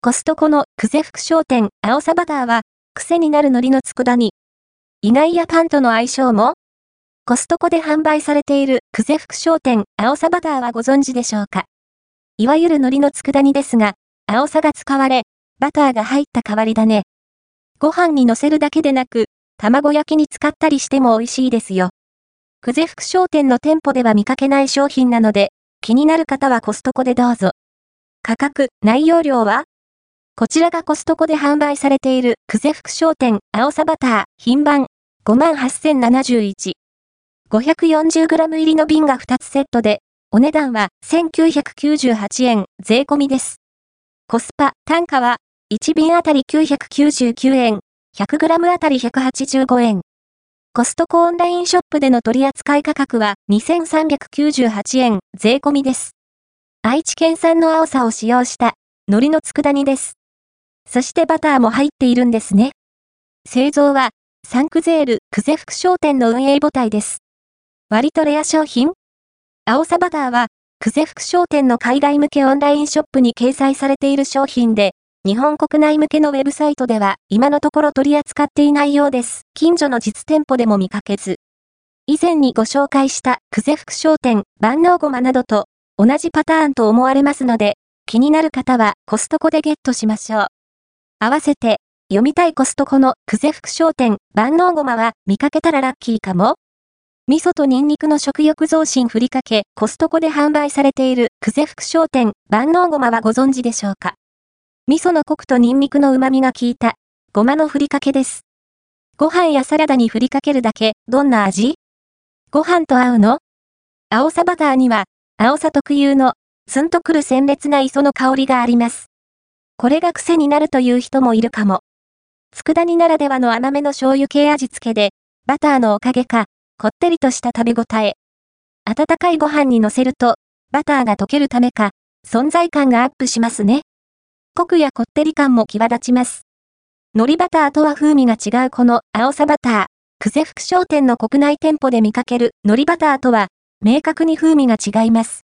コストコの久世福商店青さバターは、癖になる海苔の佃煮。意外やパンとの相性も？コストコで販売されている久世福商店青さバターはご存知でしょうか？いわゆる海苔の佃煮ですが、青さが使われ、バターが入った代わりだね。ご飯に乗せるだけでなく、卵焼きに使ったりしても美味しいですよ。久世福商店の店舗では見かけない商品なので、気になる方はコストコでどうぞ。価格、内容量は？こちらがコストコで販売されている久世福商店青さバター品番 58,071。540g 入りの瓶が2つセットで、お値段は1998円税込みです。コスパ、単価は1瓶あたり999円、100g あたり185円。コストコオンラインショップでの取扱い価格は2398円税込みです。愛知県産の青さを使用した海苔の佃煮です。そしてバターも入っているんですね。製造はサンクゼール久世福商店の運営母体です。割とレア商品？青さバターは久世福商店の海外向けオンラインショップに掲載されている商品で、日本国内向けのウェブサイトでは今のところ取り扱っていないようです。近所の実店舗でも見かけず。以前にご紹介した久世福商店万能ごまなどと同じパターンと思われますので、気になる方はコストコでゲットしましょう。合わせて、読みたいコストコの久世福商店万能ごまは見かけたらラッキーかも？味噌とニンニクの食欲増進ふりかけコストコで販売されている久世福商店万能ごまはご存知でしょうか？味噌のコクとニンニクの旨味が効いたごまのふりかけです。ご飯やサラダにふりかけるだけ、どんな味？ご飯と合うの？青さバターには、青さ特有のツンとくる鮮烈な磯の香りがあります。これが癖になるという人もいるかも。佃煮ならではの甘めの醤油系味付けで、バターのおかげか、こってりとした食べ応え。温かいご飯に乗せると、バターが溶けるためか、存在感がアップしますね。コクやこってり感も際立ちます。海苔バターとは風味が違うこの青さバター。久世福商店の国内店舗で見かける海苔バターとは、明確に風味が違います。